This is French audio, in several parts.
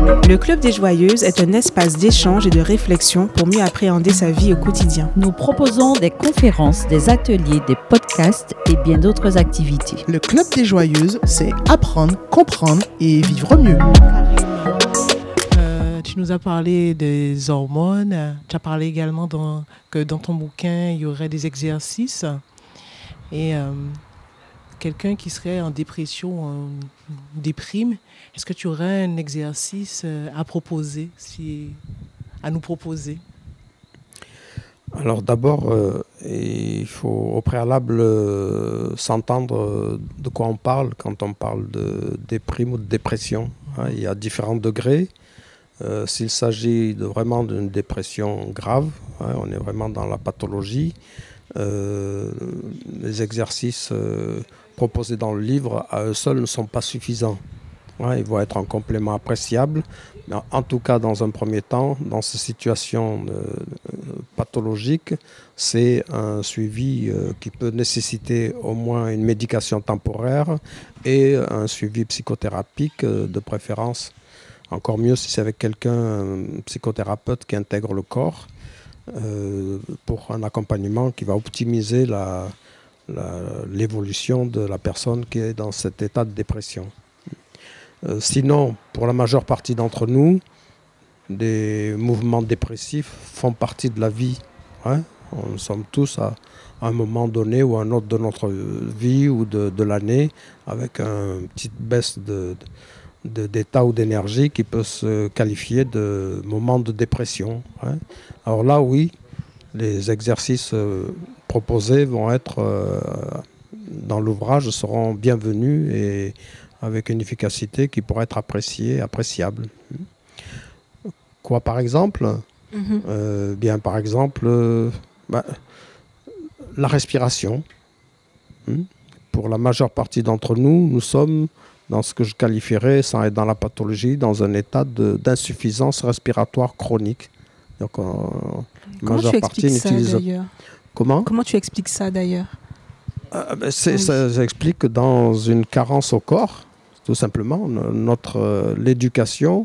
Le Club des Joyeuses est un espace d'échange et de réflexion pour mieux appréhender sa vie au quotidien. Nous proposons des conférences, des ateliers, des podcasts et bien d'autres activités. Le Club des Joyeuses, c'est apprendre, comprendre et vivre mieux. Tu nous as parlé des hormones. Tu as parlé également que dans ton bouquin, il y aurait des exercices. Et quelqu'un qui serait en dépression, en déprime, est-ce que tu aurais un exercice à proposer, à nous proposer? Alors d'abord, il faut au préalable s'entendre de quoi on parle quand on parle de déprime ou de dépression. Il y a différents degrés. S'il s'agit vraiment d'une dépression grave, on est vraiment dans la pathologie. Les exercices proposés dans le livre à eux seuls ne sont pas suffisants. Ils vont être un complément appréciable, mais en tout cas dans un premier temps, dans ces situations pathologiques, c'est un suivi qui peut nécessiter au moins une médication temporaire et un suivi psychothérapique de préférence. Encore mieux si c'est avec un psychothérapeute qui intègre le corps pour un accompagnement qui va optimiser l'évolution de la personne qui est dans cet état de dépression. Sinon, pour la majeure partie d'entre nous, des mouvements dépressifs font partie de la vie. Nous sommes tous à un moment donné ou à un autre de notre vie ou de l'année avec une petite baisse d'état ou d'énergie qui peut se qualifier de moment de dépression. Alors là, oui, les exercices proposés vont être dans l'ouvrage seront bienvenus et avec une efficacité qui pourrait être appréciable. Quoi par exemple? Bien par exemple, la respiration. Pour la majeure partie d'entre nous, nous sommes dans ce que je qualifierais, sans être dans la pathologie, dans un état d'insuffisance respiratoire chronique. Donc, Comment tu expliques ça d'ailleurs? Comment tu expliques ça d'ailleurs? Ça explique que dans une carence au corps, tout simplement, l'éducation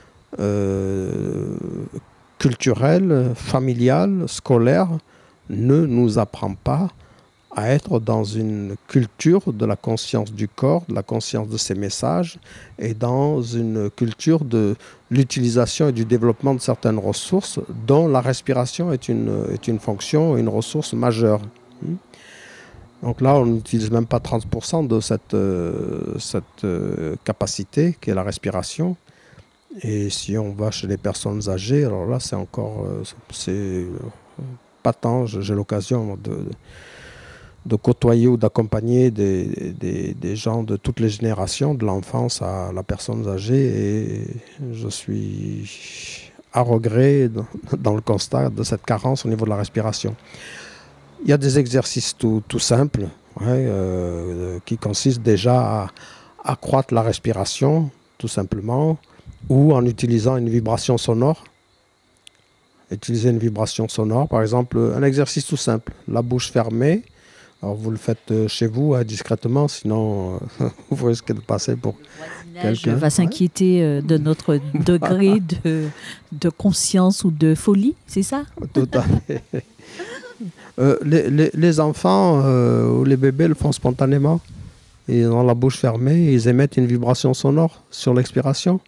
culturelle, familiale, scolaire ne nous apprend pas à être dans une culture de la conscience du corps, de la conscience de ses messages et dans une culture de l'utilisation et du développement de certaines ressources dont la respiration est une fonction, une ressource majeure. Donc là, on n'utilise même pas 30% de cette capacité qui est la respiration. Et si on va chez les personnes âgées, alors là, c'est encore... c'est pas tant, j'ai l'occasion de côtoyer ou d'accompagner des gens de toutes les générations, de l'enfance à la personne âgée. Et je suis à regret dans le constat de cette carence au niveau de la respiration. Il y a des exercices tout simples qui consistent déjà à accroître la respiration, tout simplement, ou en utilisant une vibration sonore. Utiliser une vibration sonore, par exemple, un exercice tout simple, la bouche fermée. Alors vous le faites chez vous discrètement, sinon vous risquez de passer pour quelqu'un. Va s'inquiéter de notre degré de conscience ou de folie, c'est ça? Tout à fait. Les enfants ou les bébés le font spontanément. Ils ont la bouche fermée, ils émettent une vibration sonore sur l'expiration.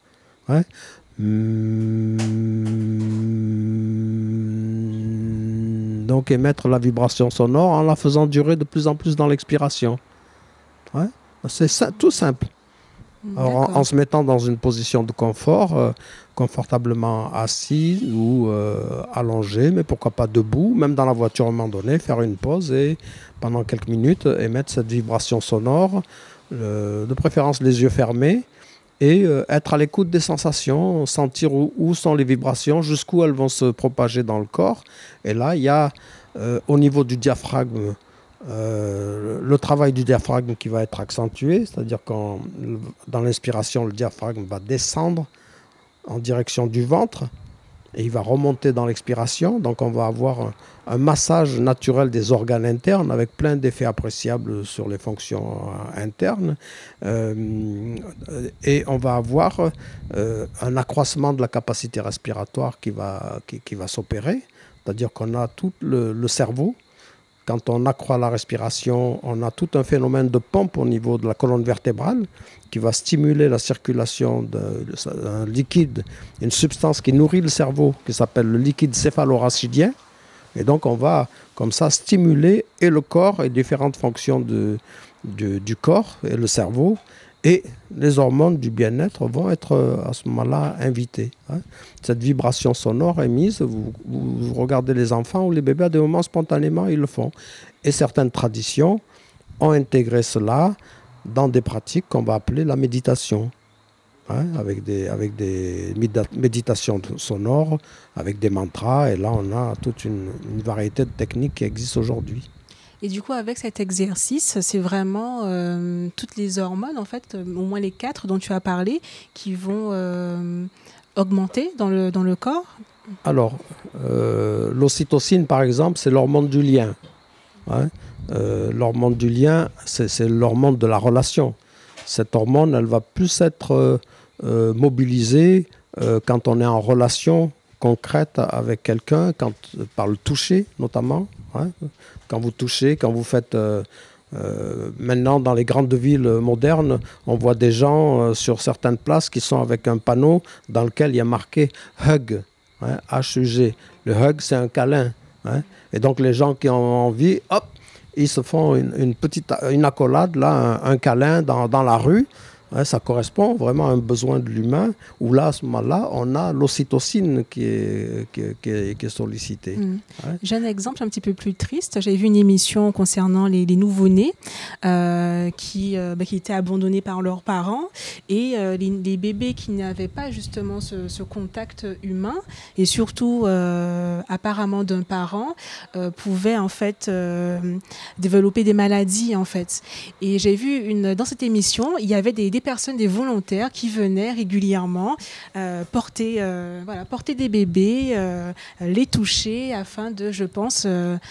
Donc émettre la vibration sonore en la faisant durer de plus en plus dans l'expiration. C'est tout simple. Alors, en se mettant dans une position de confort, confortablement assis ou allongé, mais pourquoi pas debout, même dans la voiture à un moment donné, faire une pause et pendant quelques minutes émettre cette vibration sonore, de préférence les yeux fermés, et être à l'écoute des sensations, sentir où sont les vibrations, jusqu'où elles vont se propager dans le corps. Et là, il y a au niveau du diaphragme, le travail du diaphragme qui va être accentué, c'est-à-dire que dans l'inspiration, le diaphragme va descendre en direction du ventre, et il va remonter dans l'expiration. Donc on va avoir un massage naturel des organes internes avec plein d'effets appréciables sur les fonctions internes. Et on va avoir un accroissement de la capacité respiratoire qui va s'opérer. C'est-à-dire qu'on a tout le cerveau. Quand on accroît la respiration, on a tout un phénomène de pompe au niveau de la colonne vertébrale qui va stimuler la circulation d'un liquide, une substance qui nourrit le cerveau, qui s'appelle le liquide céphalorachidien. Et donc, on va comme ça stimuler et le corps et différentes fonctions du corps et le cerveau. Et les hormones du bien-être vont être à ce moment-là invitées. Cette vibration sonore émise, vous regardez les enfants ou les bébés, à des moments spontanément, ils le font. Et certaines traditions ont intégré cela dans des pratiques qu'on va appeler la méditation. Avec des méditations sonores, avec des mantras. Et là, on a toute une variété de techniques qui existent aujourd'hui. Et du coup, avec cet exercice, c'est vraiment toutes les hormones, en fait, au moins les 4 dont tu as parlé, qui vont augmenter dans le corps. Alors, l'ocytocine, par exemple, c'est l'hormone du lien. L'hormone du lien, c'est l'hormone de la relation. Cette hormone, elle va plus être mobilisée quand on est en relation concrète avec quelqu'un, par le toucher notamment. Quand vous touchez, quand vous faites... maintenant, dans les grandes villes modernes, on voit des gens sur certaines places qui sont avec un panneau dans lequel il y a marqué « hug », H-U-G. Le hug, c'est un câlin. Et donc, les gens qui ont envie, hop, ils se font une accolade, là, un câlin dans la rue. Ça correspond vraiment à un besoin de l'humain, où là, à ce moment-là, on a l'ocytocine qui est sollicitée. J'ai un exemple un petit peu plus triste. J'avais vu une émission concernant les nouveau-nés qui étaient abandonnés par leurs parents, et les bébés qui n'avaient pas justement ce contact humain, et surtout apparemment d'un parent, pouvaient en fait développer des maladies en fait. Et j'ai vu dans cette émission, il y avait des personnes, des volontaires qui venaient régulièrement porter des bébés, les toucher afin de, je pense,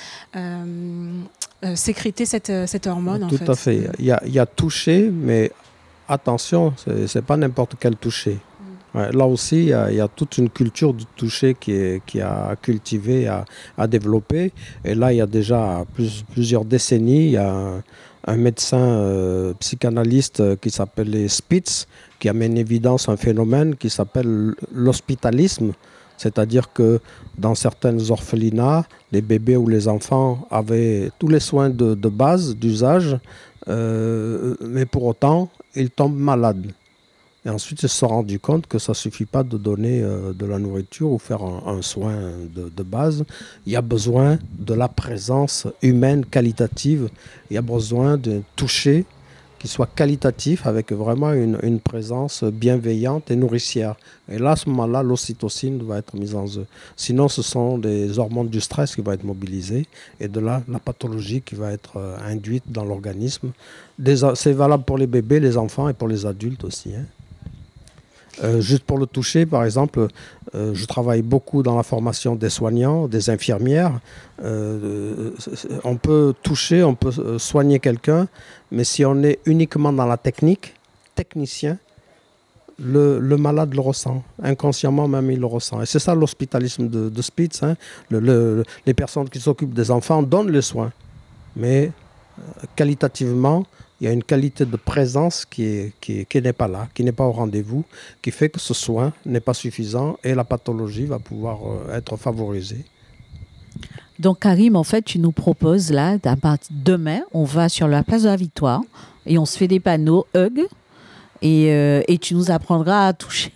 sécréter cette hormone. Tout à fait. Il y a toucher, mais attention, c'est pas n'importe quel toucher. Là aussi, il y a toute une culture du toucher qui a cultivé, à développer. Et là, il y a déjà plusieurs décennies, il y a un médecin psychanalyste qui s'appelle Spitz, qui a mis en évidence un phénomène qui s'appelle l'hospitalisme. C'est-à-dire que dans certaines orphelinats, les bébés ou les enfants avaient tous les soins de base, d'usage, mais pour autant, ils tombent malades. Et ensuite, ils se sont rendus compte que ça ne suffit pas de donner de la nourriture ou faire un soin de base. Il y a besoin de la présence humaine qualitative. Il y a besoin de toucher qui soit qualitatif, avec vraiment une présence bienveillante et nourricière. Et là, à ce moment-là, l'ocytocine va être mise en jeu. Sinon, ce sont des hormones du stress qui vont être mobilisées, et de là, la pathologie qui va être induite dans l'organisme. C'est valable pour les bébés, les enfants et pour les adultes aussi. Juste pour le toucher, par exemple, je travaille beaucoup dans la formation des soignants, des infirmières. On peut toucher, on peut soigner quelqu'un, mais si on est uniquement dans la technicien, le malade le ressent. Inconsciemment même, il le ressent. Et c'est ça l'hospitalisme de Spitz. Les personnes qui s'occupent des enfants donnent les soins, mais qualitativement, il y a une qualité de présence qui n'est pas là, qui n'est pas au rendez-vous, qui fait que ce soin n'est pas suffisant et la pathologie va pouvoir être favorisée. Donc Karim, en fait, tu nous proposes là, demain, on va sur la place de la Victoire et on se fait des panneaux hug et tu nous apprendras à toucher.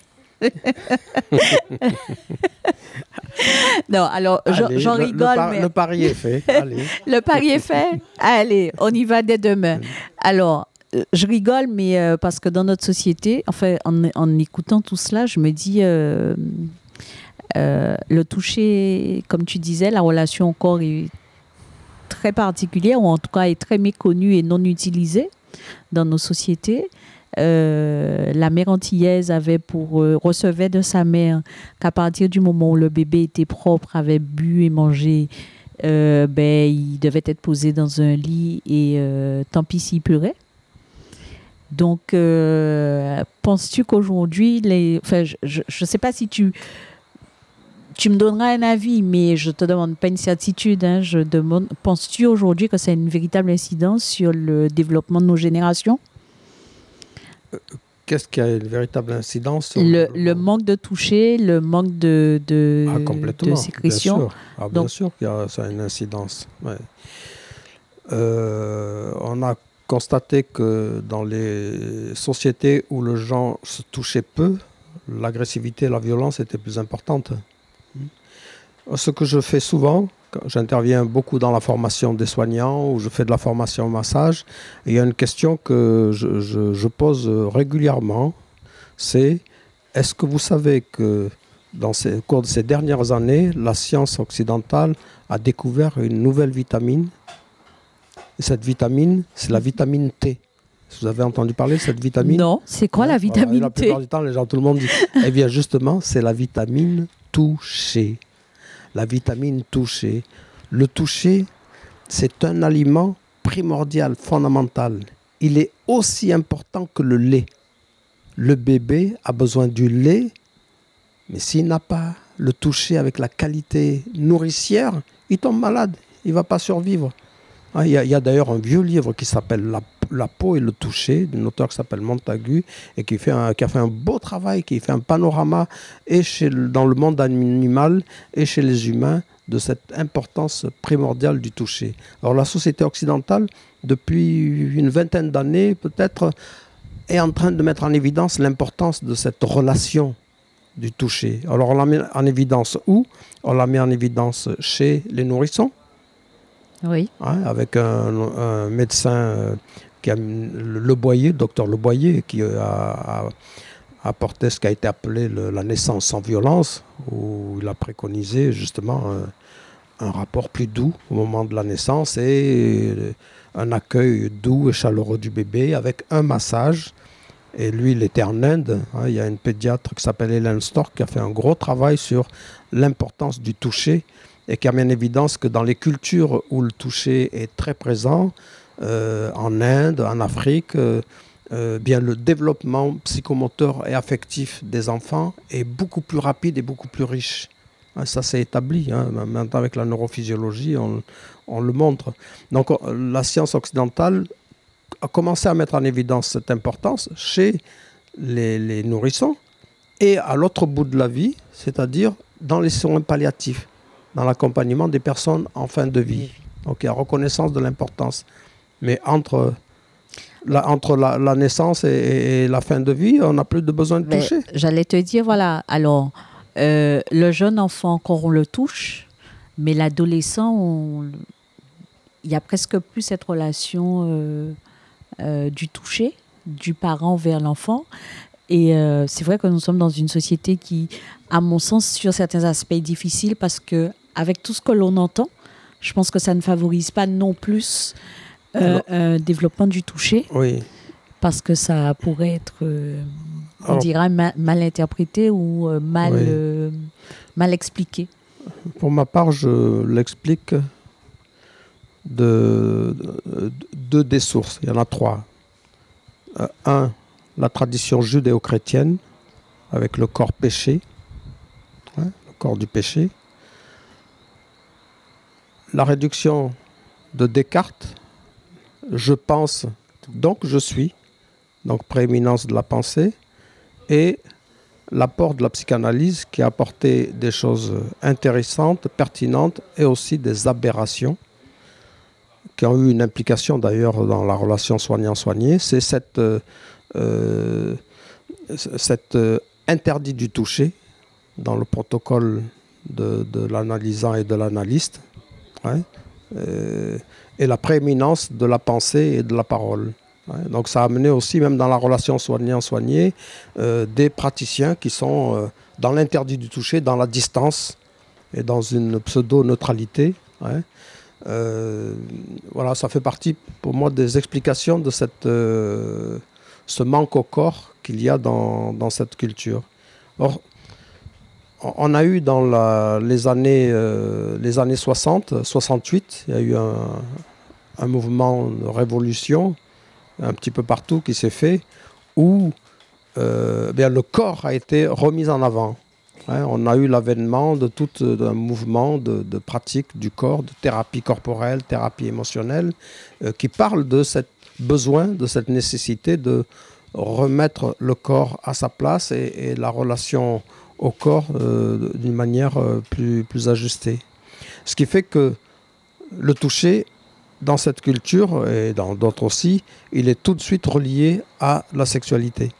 Non, alors j'en rigole. Mais... Le pari est fait. Allez. Le pari est fait. Allez, on y va dès demain. Alors, je rigole, mais parce que dans notre société, enfin, en écoutant tout cela, je me dis, le toucher, comme tu disais, la relation au corps est très particulière, ou en tout cas est très méconnue et non utilisée dans nos sociétés. la mère antillaise recevait de sa mère qu'à partir du moment où le bébé était propre, avait bu et mangé, il devait être posé dans un lit et tant pis s'il pleurait. Donc, penses-tu qu'aujourd'hui, je ne sais pas si tu me donneras un avis, mais je ne te demande pas une certitude. Hein, penses-tu aujourd'hui que ça a une véritable incidence sur le développement de nos générations? Qu'est-ce qui a une véritable incidence sur le manque de toucher, le manque de sécrétion. Bien sûr, bien sûr ça a une incidence. Ouais. On a constaté que dans les sociétés où les gens se touchaient peu, l'agressivité et la violence étaient plus importantes. Ce que je fais souvent, j'interviens beaucoup dans la formation des soignants ou je fais de la formation au massage, il y a une question que je pose régulièrement, c'est est-ce que vous savez que au cours de ces dernières années, la science occidentale a découvert une nouvelle vitamine? Et cette vitamine, c'est la vitamine T. Vous avez entendu parler de cette vitamine? Non, c'est quoi la vitamine la T? plupart du temps, tout le monde dit. Eh bien, justement, c'est la vitamine toucher. La vitamine toucher. Le toucher, c'est un aliment primordial, fondamental. Il est aussi important que le lait. Le bébé a besoin du lait, mais s'il n'a pas le toucher avec la qualité nourricière, il tombe malade, il ne va pas survivre. Il y a d'ailleurs un vieux livre qui s'appelle La peau et le toucher, d'un auteur qui s'appelle Montagu, et qui a fait un beau travail, qui fait un panorama dans le monde animal et chez les humains de cette importance primordiale du toucher. Alors la société occidentale, depuis une vingtaine d'années peut-être, est en train de mettre en évidence l'importance de cette relation du toucher. Alors on la met en évidence où? On la met en évidence chez les nourrissons. Oui. Avec un médecin Le Boyer, docteur Le Boyer, qui a apporté ce qui a été appelé la naissance sans violence, où il a préconisé justement un rapport plus doux au moment de la naissance et un accueil doux et chaleureux du bébé avec un massage. Et lui, il était en Inde. Il y a une pédiatre qui s'appelle Hélène Stork qui a fait un gros travail sur l'importance du toucher et qui a mis en évidence que dans les cultures où le toucher est très présent, en Inde, en Afrique, bien le développement psychomoteur et affectif des enfants est beaucoup plus rapide et beaucoup plus riche. Ça c'est établi, maintenant avec la neurophysiologie, on le montre. Donc la science occidentale a commencé à mettre en évidence cette importance chez les nourrissons et à l'autre bout de la vie, c'est-à-dire dans les soins palliatifs, dans l'accompagnement des personnes en fin de vie. Donc il y a reconnaissance de l'importance. Mais entre la naissance et la fin de vie, on n'a plus de besoin de toucher. J'allais te dire, voilà, alors, le jeune enfant, encore on le touche, mais l'adolescent, il n'y a presque plus cette relation du toucher, du parent vers l'enfant. Et c'est vrai que nous sommes dans une société qui, à mon sens, sur certains aspects, est difficile parce qu'avec tout ce que l'on entend, je pense que ça ne favorise pas non plus un développement du toucher. Oui. Parce que ça pourrait être, on dirait, mal interprété ou mal expliqué. Pour ma part, je l'explique de deux des sources. Il y en a trois. La tradition judéo-chrétienne, avec le corps péché, le corps du péché. La réduction de Descartes, je pense, donc je suis, donc prééminence de la pensée, et l'apport de la psychanalyse qui a apporté des choses intéressantes, pertinentes, et aussi des aberrations, qui ont eu une implication d'ailleurs dans la relation soignant-soigné. C'est cet interdit du toucher dans le protocole de l'analysant et de l'analyste, et la prééminence de la pensée et de la parole. Donc ça a amené aussi, même dans la relation soignant-soigné, des praticiens qui sont dans l'interdit du toucher, dans la distance et dans une pseudo-neutralité. Voilà, ça fait partie pour moi des explications de ce manque au corps qu'il y a dans cette culture. Or, on a eu dans les années 60, 68, il y a eu un mouvement de révolution un petit peu partout qui s'est fait, où le corps a été remis en avant. Hein, on a eu l'avènement de tout un mouvement de pratique du corps, de thérapie corporelle, thérapie émotionnelle, qui parle de ce besoin, de cette nécessité de remettre le corps à sa place et la relation au corps d'une manière plus ajustée. Ce qui fait que le toucher, dans cette culture et dans d'autres aussi, il est tout de suite relié à la sexualité.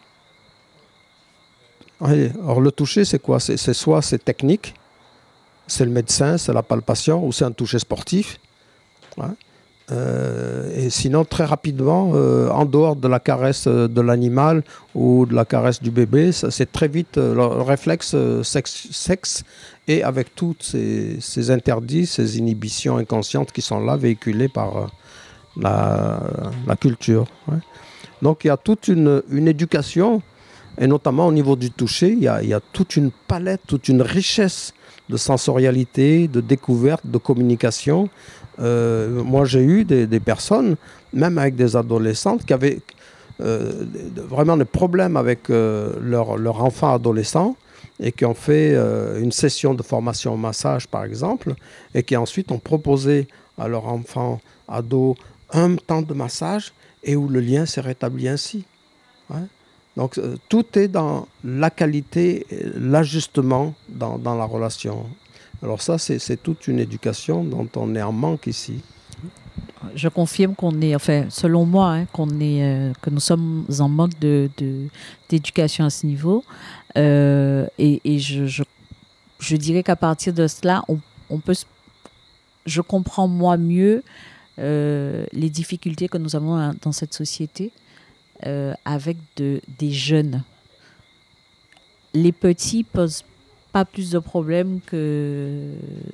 Or, le toucher, c'est quoi ? C'est soit c'est technique, c'est le médecin, c'est la palpation, ou c'est un toucher sportif. Hein. Et sinon, très rapidement, en dehors de la caresse de l'animal ou de la caresse du bébé, c'est très vite le réflexe sexe et avec tous ces interdits, ces inhibitions inconscientes qui sont là, véhiculées par la culture. Ouais. Donc il y a toute une éducation, et notamment au niveau du toucher, il y a toute une palette, toute une richesse de sensorialité, de découverte, de communication. Moi, j'ai eu des personnes, même avec des adolescentes, qui avaient vraiment des problèmes avec leur enfant adolescent et qui ont fait une session de formation au massage, par exemple, et qui ensuite ont proposé à leur enfant ado un temps de massage et où le lien s'est rétabli ainsi. Ouais. Donc, tout est dans la qualité, l'ajustement dans la relation. Alors ça, c'est toute une éducation dont on est en manque ici. Je confirme qu'on est, enfin, selon moi, hein, que nous sommes en manque d'éducation à ce niveau. Et je dirais qu'à partir de cela, je comprends moi mieux les difficultés que nous avons dans cette société avec des jeunes. Les petits posent pas plus de problèmes que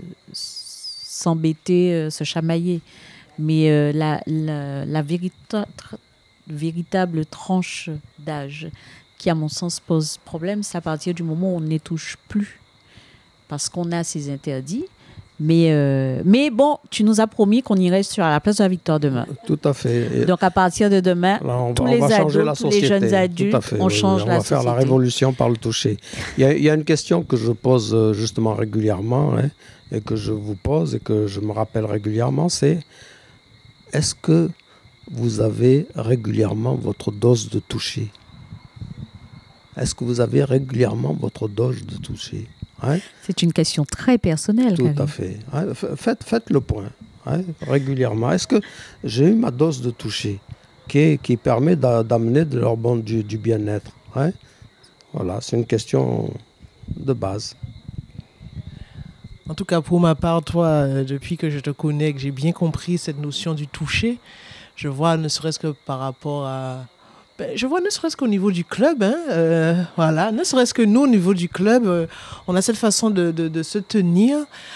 s'embêter, se chamailler. Mais la véritable tranche d'âge qui, à mon sens, pose problème, c'est à partir du moment où on ne les touche plus. Parce qu'on a ces interdits. Mais bon, tu nous as promis qu'on irait sur la place de la Victoire demain. Tout à fait. Donc, à partir de demain, tous les ados, tous les jeunes adultes, on change la société. On va faire la révolution par le toucher. Il y a une question que je pose justement régulièrement, hein, et que je vous pose et que je me rappelle régulièrement, c'est: est-ce que vous avez régulièrement votre dose de toucher ? Est-ce que vous avez régulièrement votre dose de toucher ? Hein? C'est une question très personnelle. Tout à fait. Hein? Faites le point, hein? Régulièrement. Est-ce que j'ai eu ma dose de toucher qui permet d'amener de l'hormone du bien-être, hein? Voilà, c'est une question de base. En tout cas, pour ma part, toi, depuis que je te connais, que j'ai bien compris cette notion du toucher, je vois ne serait-ce que par rapport à... je vois ne serait-ce qu'au niveau du club, hein, voilà, ne serait-ce que nous, au niveau du club, on a cette façon de se tenir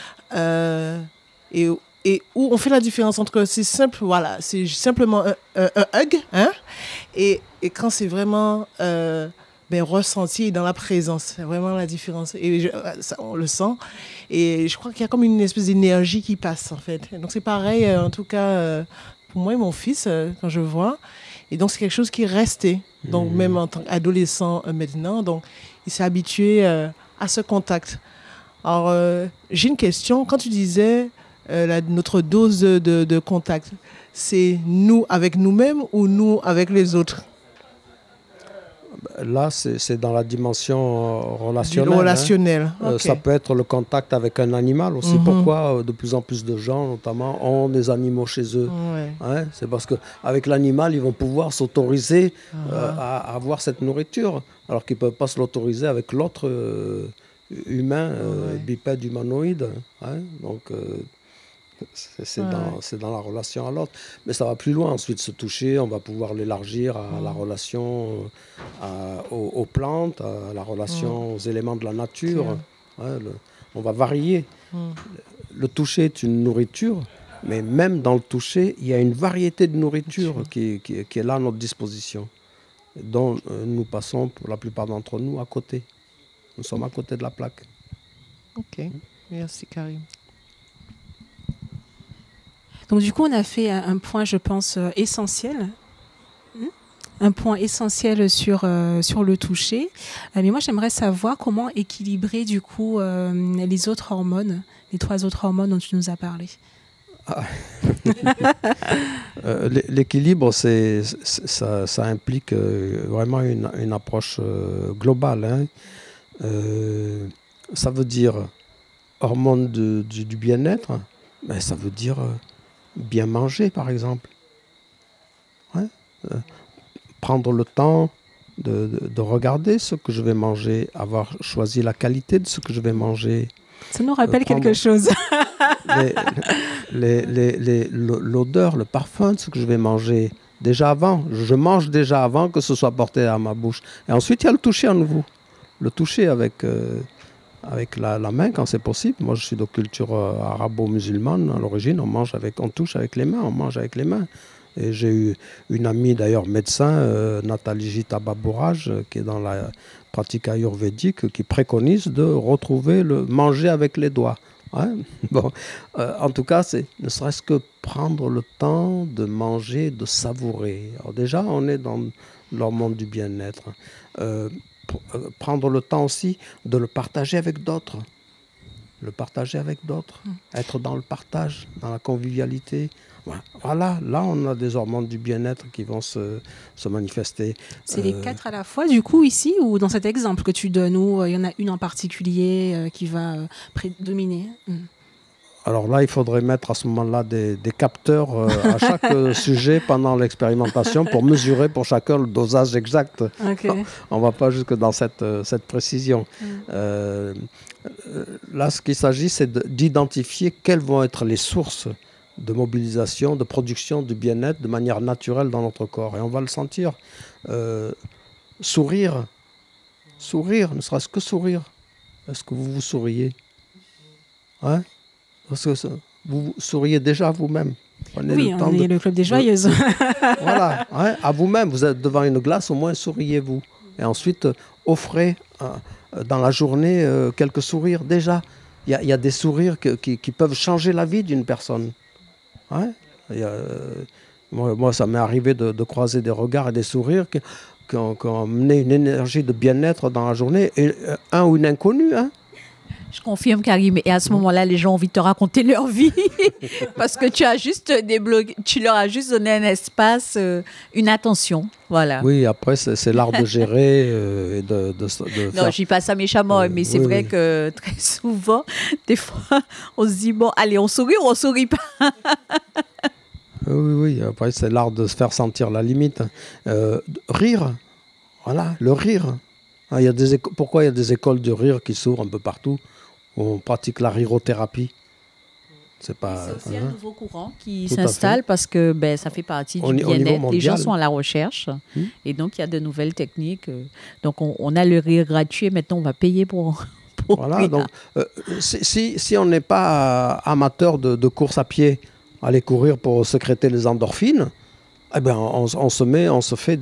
et où on fait la différence entre c'est simple, voilà, c'est simplement un hug, hein, et quand c'est vraiment... ressenti dans la présence, c'est vraiment la différence. Et ça, on le sent. Et je crois qu'il y a comme une espèce d'énergie qui passe, en fait. Donc c'est pareil, en tout cas, pour moi et mon fils, quand je vois. Et donc c'est quelque chose qui est resté. Donc même en tant qu'adolescent maintenant, donc il s'est habitué à ce contact. Alors j'ai une question. Quand tu disais notre dose de contact, c'est nous avec nous-mêmes ou nous avec les autres ? Là, c'est dans la dimension relationnelle. Relationnel. Hein. Okay. Ça peut être le contact avec un animal aussi. Pourquoi de plus en plus de gens, notamment, ont des animaux chez eux. Ouais. Hein, c'est parce qu'avec l'animal, ils vont pouvoir s'autoriser à avoir cette nourriture, alors qu'ils ne peuvent pas se l'autoriser avec l'autre humain, bipède humanoïde. Hein. Donc... c'est dans la relation à l'autre. Mais ça va plus loin. Ensuite, se toucher, on va pouvoir l'élargir à la relation aux plantes, à la relation aux éléments de la nature. Ouais, on va varier. Le toucher est une nourriture, mais même dans le toucher, il y a une variété de nourriture qui est là à notre disposition. dont nous passons, pour la plupart d'entre nous, à côté. Nous sommes à côté de la plaque. Ok, merci Karim. Donc du coup, on a fait un point, je pense, essentiel. Un point essentiel sur le toucher. Mais moi, j'aimerais savoir comment équilibrer du coup les autres hormones, les 3 autres hormones dont tu nous as parlé. L'équilibre, ça implique vraiment une approche globale. Hein. Ça veut dire hormones du bien-être, mais ça veut dire bien manger, par exemple. Ouais. Prendre le temps de regarder ce que je vais manger, avoir choisi la qualité de ce que je vais manger. Ça nous rappelle quelque chose. L'odeur, le parfum de ce que je vais manger. Déjà avant, je mange déjà avant que ce soit porté à ma bouche. Et ensuite, il y a le toucher à nouveau. Le toucher avec la main quand c'est possible. Moi, je suis de culture arabo-musulmane à l'origine. On touche avec les mains, on mange avec les mains. Et j'ai eu une amie d'ailleurs médecin, Nathalie Gita Babourage, qui est dans la pratique ayurvédique, qui préconise de retrouver le manger avec les doigts. Hein. Bon, en tout cas, c'est ne serait-ce que prendre le temps de manger, de savourer. Alors déjà, on est dans l'hormone du bien-être. Prendre le temps aussi de le partager avec d'autres. Être dans le partage, dans la convivialité. Voilà, là on a des hormones du bien-être qui vont se manifester. C'est les 4 à la fois du coup ici, ou dans cet exemple que tu donnes où il y en a une en particulier qui va prédominer? Alors là, il faudrait mettre à ce moment-là des capteurs à chaque sujet pendant l'expérimentation pour mesurer pour chacun le dosage exact. Okay. On ne va pas jusque dans cette précision. Là, ce qu'il s'agit, c'est d'identifier quelles vont être les sources de mobilisation, de production du bien-être de manière naturelle dans notre corps. Et on va le sentir. Sourire, ne serait-ce que sourire. Est-ce que vous souriez? Hein? Parce que vous souriez déjà à vous-même. Oui, on est le club des joyeuses. Voilà, hein, à vous-même. Vous êtes devant une glace, au moins souriez-vous. Et ensuite, offrez dans la journée quelques sourires. Déjà, il y a des sourires qui peuvent changer la vie d'une personne. Ouais. Moi, ça m'est arrivé de croiser des regards et des sourires qui ont amené une énergie de bien-être dans la journée. Et un ou une inconnue, hein. Je confirme, Karim. Et à ce moment-là, les gens ont envie de te raconter leur vie parce que tu leur as juste donné un espace, une attention. Voilà. Oui, après, c'est l'art de gérer et de non, je dis pas ça méchamment, mais c'est vrai que très souvent, des fois, on se dit, bon, allez, on sourit ou on sourit pas. Oui. Après, c'est l'art de se faire sentir la limite. Rire. Voilà, le rire. Pourquoi il y a des écoles de rire qui s'ouvrent un peu partout? On pratique la rirothérapie. C'est aussi un nouveau courant qui s'installe parce que ça fait partie du bien-être. Les gens sont à la recherche et donc il y a de nouvelles techniques. Donc on a le rire gratuit et maintenant on va payer pour voilà, rire. Donc si on n'est pas amateur de course à pied, aller courir pour sécréter les endorphines, eh ben on se fait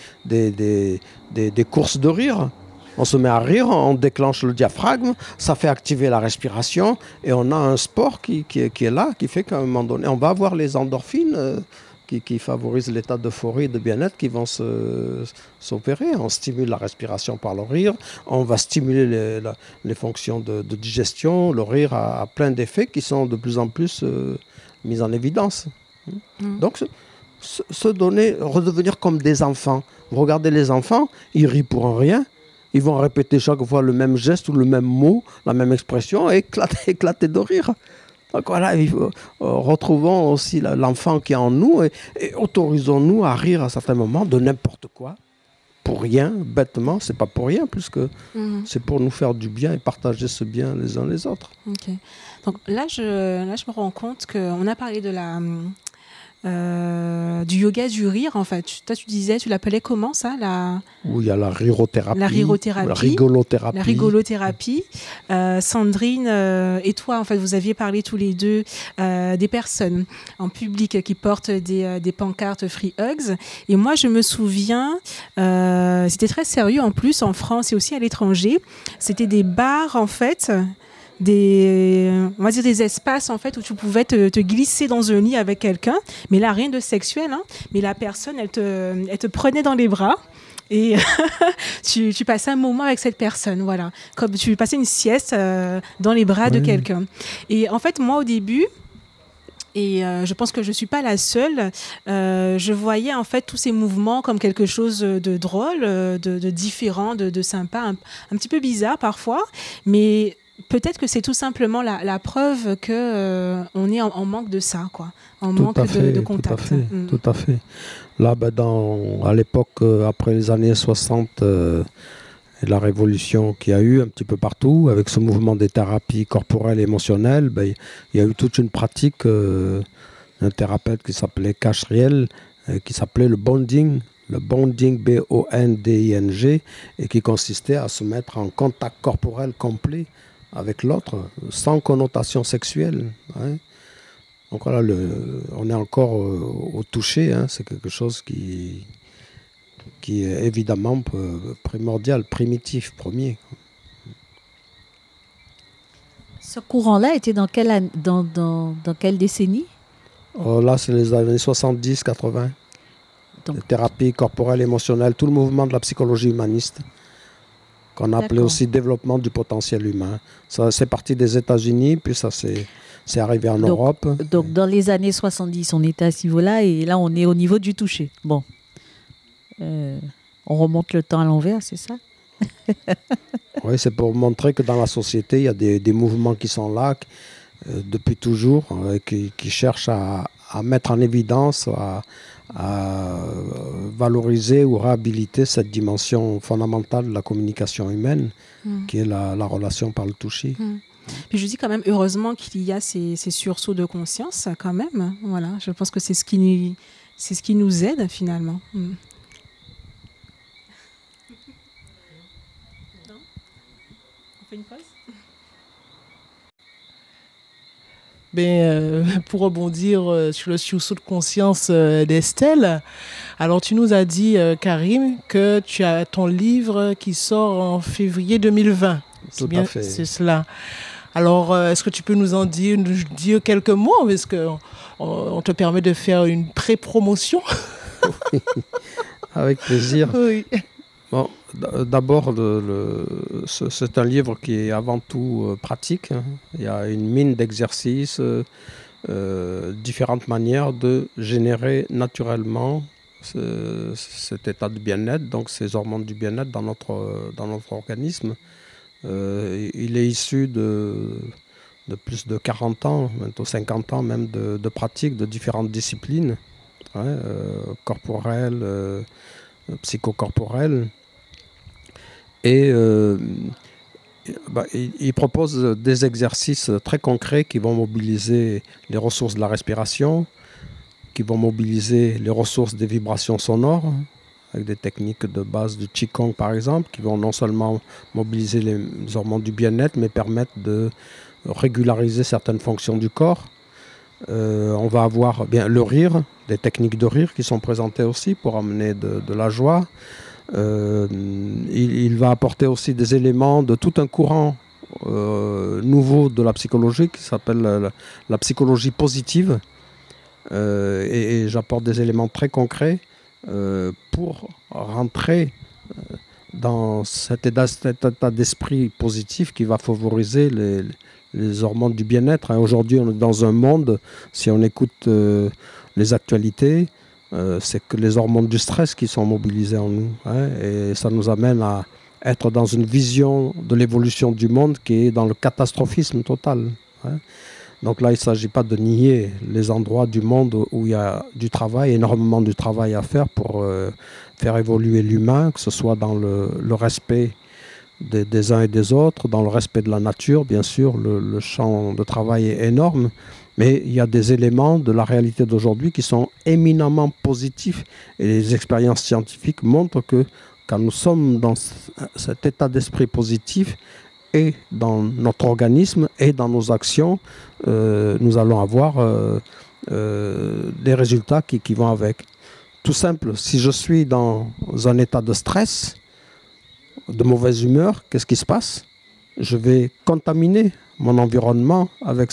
des courses de rire. On se met à rire, on déclenche le diaphragme, ça fait activer la respiration et on a un sport qui est là, qui fait qu'à un moment donné, on va avoir les endorphines qui favorisent l'état d'euphorie et de bien-être qui vont s'opérer. On stimule la respiration par le rire, on va stimuler les fonctions de digestion. Le rire a plein d'effets qui sont de plus en plus mis en évidence. Donc, se donner, redevenir comme des enfants. Vous regardez les enfants, ils rient pour rien. Ils vont répéter chaque fois le même geste ou le même mot, la même expression, et éclater de rire. Donc voilà, retrouvons aussi l'enfant qui est en nous et autorisons-nous à rire à certains moments de n'importe quoi. Pour rien, bêtement, c'est pas pour rien, puisque c'est pour nous faire du bien et partager ce bien les uns les autres. Ok. Donc là, je me rends compte qu'on a parlé de du yoga du rire, en fait. Toi, tu disais, tu l'appelais comment, ça, Où il y a la rirothérapie. La rirothérapie. La rigolothérapie. La rigolothérapie. Sandrine et toi, en fait, vous aviez parlé tous les deux des personnes en public qui portent des pancartes Free Hugs. Et moi, je me souviens, c'était très sérieux en plus, en France et aussi à l'étranger. C'était des bars, en fait, on va dire des espaces en fait où tu pouvais te glisser dans un lit avec quelqu'un, mais là rien de sexuel, hein, mais la personne elle te prenait dans les bras et tu passais un moment avec cette personne, voilà, comme tu passais une sieste dans les bras de quelqu'un. Et en fait moi au début, et je pense que je ne suis pas la seule, je voyais en fait tous ces mouvements comme quelque chose de drôle, de différent, de sympa, un petit peu bizarre parfois, mais peut-être que c'est tout simplement la preuve qu'on est en manque de ça, quoi, en manque de contact. Tout à fait. Là, à l'époque, après les années 60, et la révolution qu'il y a eu un petit peu partout, avec ce mouvement des thérapies corporelles et émotionnelles, il y a eu toute une pratique d'un thérapeute qui s'appelait Cashriel, qui s'appelait le bonding, B-O-N-D-I-N-G, et qui consistait à se mettre en contact corporel complet avec l'autre, sans connotation sexuelle. Hein. Donc voilà, on est encore au toucher, hein, c'est quelque chose qui est évidemment primordial, primitif, premier. Ce courant-là était dans quelle décennie ? Là, c'est les années 70-80. Thérapie corporelle, émotionnelle, tout le mouvement de la psychologie humaniste, qu'on appelait aussi développement du potentiel humain. Ça, c'est parti des États-Unis, puis ça c'est arrivé en Europe. Donc, dans les années 70, on était à ce niveau-là, et là, on est au niveau du toucher. Bon. On remonte le temps à l'envers, c'est ça ? Oui, c'est pour montrer que dans la société, il y a des mouvements qui sont là depuis toujours, qui cherchent à mettre en évidence, à valoriser ou réhabiliter cette dimension fondamentale de la communication humaine, qui est la relation par le toucher. Puis je dis quand même, heureusement qu'il y a ces sursauts de conscience quand même. Voilà, je pense que c'est ce qui nous aide finalement. On fait une pause ? Pour rebondir sur le sursaut de conscience d'Estelle, alors tu nous as dit, Karim, que tu as ton livre qui sort en février 2020. Tout à fait. C'est cela. Alors, est-ce que tu peux nous dire quelques mots ? Est-ce qu'on te permet de faire une pré-promotion ? Oui, avec plaisir. Oui. Bon, d'abord, c'est un livre qui est avant tout pratique. Il y a une mine d'exercices, différentes manières de générer naturellement cet état de bien-être, donc ces hormones du bien-être dans notre organisme. Il est issu de plus de 40 ans, bientôt 50 ans même de pratiques de différentes disciplines, corporelles, psychocorporelles. Et il propose des exercices très concrets qui vont mobiliser les ressources de la respiration, qui vont mobiliser les ressources des vibrations sonores, avec des techniques de base du Qigong par exemple, qui vont non seulement mobiliser les hormones du bien-être, mais permettre de régulariser certaines fonctions du corps. On va avoir le rire, des techniques de rire qui sont présentées aussi pour amener de la joie. Il va apporter aussi des éléments de tout un courant nouveau de la psychologie qui s'appelle la psychologie positive. Et j'apporte des éléments très concrets pour rentrer dans cet état d'esprit positif qui va favoriser les hormones du bien-être. Aujourd'hui, on est dans un monde, si on écoute les actualités, c'est que les hormones du stress qui sont mobilisées en nous. Et ça nous amène à être dans une vision de l'évolution du monde qui est dans le catastrophisme total. Donc là, il ne s'agit pas de nier les endroits du monde où il y a du travail, énormément de travail à faire pour faire évoluer l'humain, que ce soit dans le respect des uns et des autres, dans le respect de la nature, bien sûr, le champ de travail est énorme, Mais il y a des éléments de la réalité d'aujourd'hui qui sont éminemment positifs. Et les expériences scientifiques montrent que quand nous sommes dans cet état d'esprit positif, et dans notre organisme et dans nos actions, nous allons avoir des résultats qui vont avec. Tout simple, si je suis dans un état de stress, de mauvaise humeur, qu'est-ce qui se passe? Je vais contaminer mon environnement avec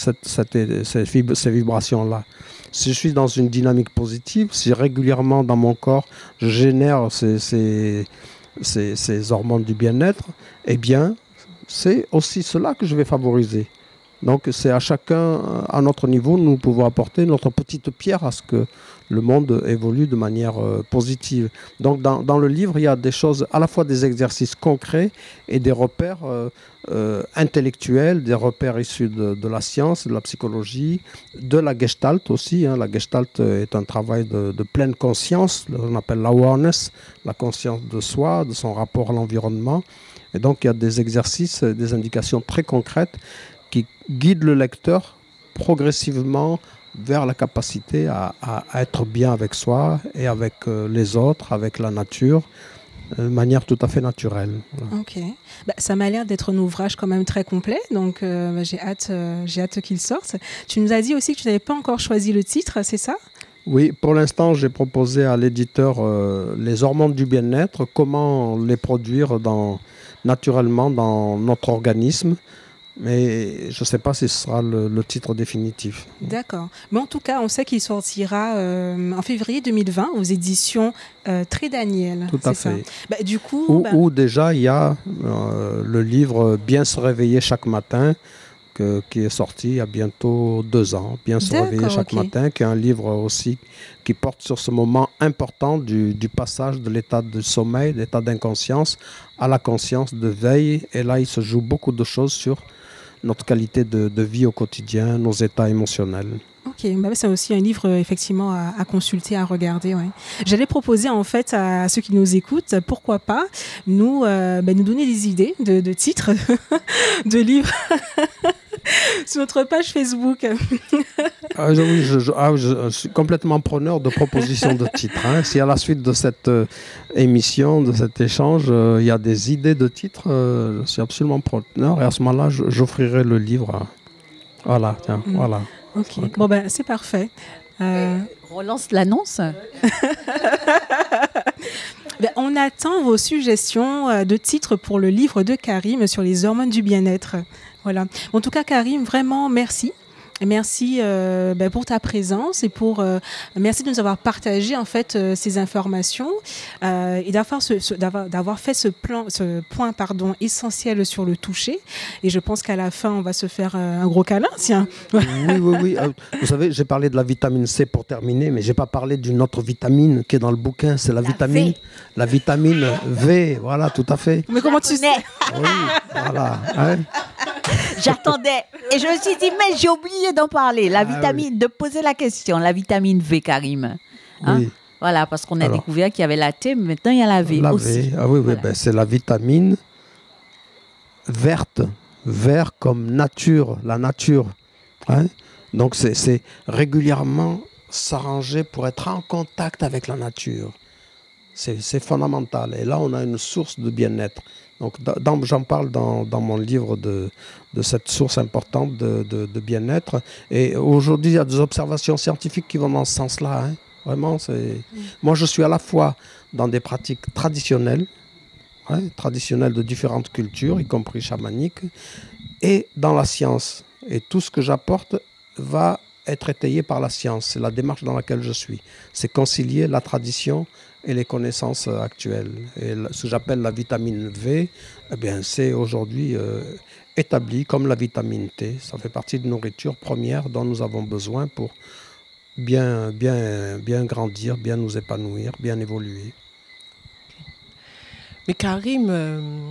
ces vibrations-là. Si je suis dans une dynamique positive, si régulièrement dans mon corps, je génère ces hormones du bien-être, eh bien, c'est aussi cela que je vais favoriser. Donc c'est à chacun, à notre niveau, nous pouvons apporter notre petite pierre à ce que le monde évolue de manière positive. Donc dans le livre, il y a des choses, à la fois des exercices concrets et des repères intellectuels, des repères issus de la science, de la psychologie, de la Gestalt aussi. La Gestalt est un travail de pleine conscience, on appelle l'awareness, la conscience de soi, de son rapport à l'environnement. Et donc il y a des exercices, des indications très concrètes qui guident le lecteur progressivement vers la capacité à être bien avec soi et avec les autres, avec la nature, de manière tout à fait naturelle. Ok. Ça m'a l'air d'être un ouvrage quand même très complet, donc j'ai hâte qu'il sorte. Tu nous as dit aussi que tu n'avais pas encore choisi le titre, c'est ça ? Oui, pour l'instant, j'ai proposé à l'éditeur les hormones du bien-être, comment les produire naturellement dans notre organisme. Mais je ne sais pas si ce sera le titre définitif. D'accord. Mais en tout cas, on sait qu'il sortira en février 2020 aux éditions Très Daniel. Tout à fait. Du coup, où déjà, il y a le livre « Bien se réveiller chaque matin » qui est sorti il y a bientôt 2 ans. « Bien se réveiller chaque matin », qui est un livre aussi qui porte sur ce moment important du passage de l'état de sommeil, de l'état d'inconscience, à la conscience de veille. Et là, il se joue beaucoup de choses sur notre qualité de vie au quotidien, nos états émotionnels. Ok, c'est aussi un livre effectivement à consulter, à regarder. Ouais. J'allais proposer en fait à ceux qui nous écoutent, pourquoi pas nous donner des idées de titres de livres sur notre page Facebook. Je suis complètement preneur de propositions de titres. Si à la suite de cette émission, de cet échange, il y a des idées de titres, je suis absolument preneur. Et à ce moment-là, j'offrirai le livre. Voilà, tiens, voilà. Ok, c'est parfait. Relance l'annonce. On attend vos suggestions de titres pour le livre de Karim sur les hormones du bien-être. Voilà. En tout cas, Karim, vraiment merci. Merci pour ta présence et merci de nous avoir partagé en fait ces informations et d'avoir fait ce point essentiel sur le toucher. Et je pense qu'à la fin, on va se faire un gros câlin, tiens. Oui. Vous savez, j'ai parlé de la vitamine C pour terminer, mais j'ai pas parlé d'une autre vitamine qui est dans le bouquin. C'est la vitamine V. Voilà, tout à fait. Mais comment tu sais? Oui, voilà. Hein? J'attendais et je me suis dit mais j'ai oublié d'en parler, de poser la question, la vitamine V, Karim. Oui. Voilà, parce qu'on a découvert qu'il y avait la T, mais maintenant il y a la V aussi. Voilà. C'est la vitamine verte, vert comme nature, la nature. Hein? Donc c'est régulièrement s'arranger pour être en contact avec la nature. C'est fondamental. Et là, on a une source de bien-être. Donc, j'en parle dans mon livre de cette source importante de bien-être. Et aujourd'hui, il y a des observations scientifiques qui vont dans ce sens-là. Hein. Vraiment, moi, je suis à la fois dans des pratiques traditionnelles de différentes cultures, y compris chamaniques, et dans la science. Et tout ce que j'apporte va être étayé par la science. C'est la démarche dans laquelle je suis. C'est concilier la tradition et les connaissances actuelles. Et ce que j'appelle la vitamine V, c'est aujourd'hui établi comme la vitamine T. Ça fait partie de nourriture première dont nous avons besoin pour bien grandir, bien nous épanouir, bien évoluer. Mais Karim,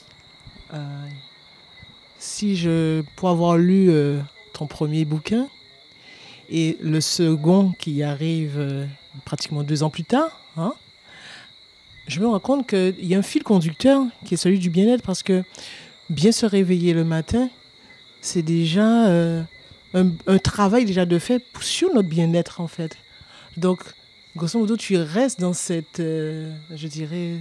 pour avoir lu ton premier bouquin et le second qui arrive pratiquement 2 ans plus tard, je me rends compte qu'il y a un fil conducteur qui est celui du bien-être, parce que bien se réveiller le matin, c'est déjà un travail déjà de fait sur notre bien-être, en fait. Donc, grosso modo, tu restes dans cette, je dirais,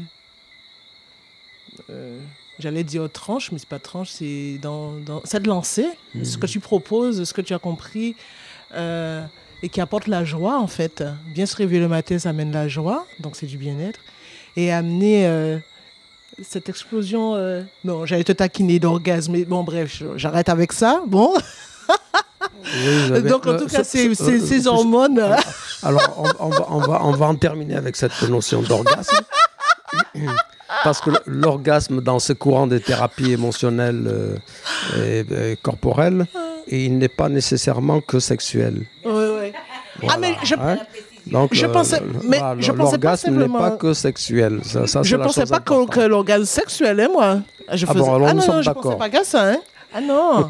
j'allais dire tranche, mais c'est pas tranche, c'est dans cette lancée, ce que tu proposes, ce que tu as compris, et qui apporte la joie, en fait. Bien se réveiller le matin, ça amène la joie, donc c'est du bien-être. Et amener cette explosion, non, j'allais te taquiner d'orgasme, mais bon, bref, j'arrête avec ça, bon. Oui, donc en tout cas, ces hormones... Alors, on va en terminer avec cette notion d'orgasme. Parce que l'orgasme, dans ce courant des thérapies émotionnelles et corporelles, il n'est pas nécessairement que sexuel. Oui, oui. Voilà. Ah, mais donc, je pensais l'orgasme n'est pas que sexuel. Ça, je ne pensais pas que l'orgasme sexuel, hein, moi. Bon, alors nous sommes je ne pensais pas qu'à ça. Hein. Ah non.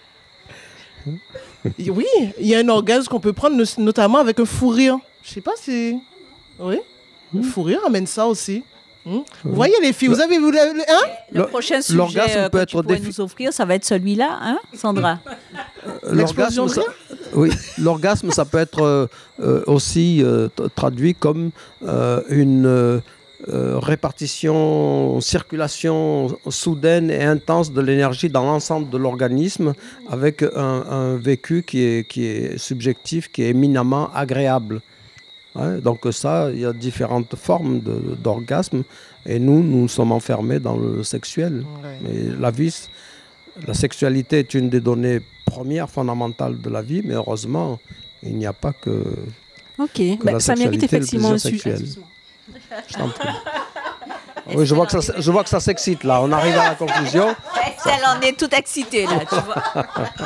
Oui, il y a un orgasme qu'on peut prendre notamment avec un fou rire. Je ne sais pas si... Oui, un fou rire amène ça aussi. Vous voyez les filles, vous avez vu le prochain sujet que tu pourrais nous offrir, ça va être celui-là, hein, Sandra? L'explosion de rire. Oui, l'orgasme, ça peut être aussi traduit comme une répartition, circulation soudaine et intense de l'énergie dans l'ensemble de l'organisme, avec un vécu qui est subjectif, qui est éminemment agréable. Ouais, donc ça, il y a différentes formes d'orgasme, et nous sommes enfermés dans le sexuel. Ouais. Mais la sexualité est une des données premières, fondamentales de la vie, mais heureusement, il n'y a pas que la ça mérite effectivement un sujet. Je t'en prie. Oui, je vois que ça s'excite là. On arrive à la conclusion. Elle en est toute excitée là, tu vois.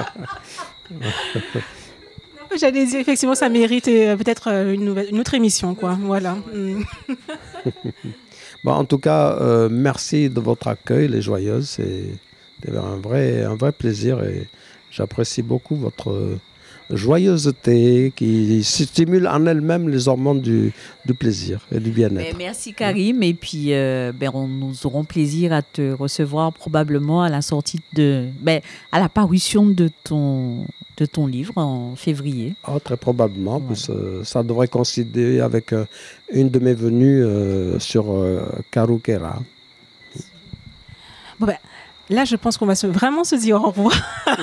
J'allais dire, effectivement, ça mérite peut-être une autre émission, quoi. Voilà. Bon, en tout cas, merci de votre accueil, les Joyeuses. C'était un vrai plaisir, et j'apprécie beaucoup votre joyeuseté qui stimule en elle-même les hormones du plaisir et du bien-être. Merci Karim, et puis nous aurons plaisir à te recevoir probablement à la sortie à la parution de ton livre en février. Oh, très probablement, parce que ça devrait coïncider avec une de mes venues sur Karukera. Bon là, je pense qu'on va vraiment se dire au revoir.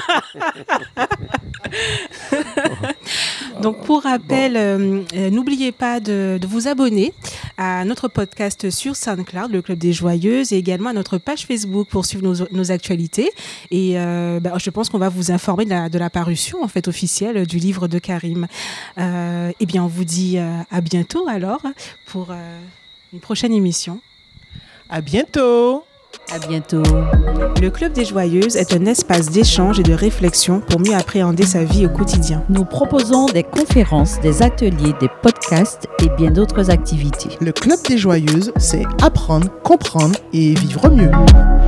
Donc, pour rappel, n'oubliez pas de vous abonner à notre podcast sur SoundCloud, le Club des Joyeuses, et également à notre page Facebook pour suivre nos actualités. Et je pense qu'on va vous informer de la parution en fait, officielle du livre de Karim. Eh bien, on vous dit à bientôt alors pour une prochaine émission. À bientôt. À bientôt. Le Club des Joyeuses est un espace d'échange et de réflexion pour mieux appréhender sa vie au quotidien. Nous proposons des conférences, des ateliers, des podcasts et bien d'autres activités. Le Club des Joyeuses, c'est apprendre, comprendre et vivre mieux.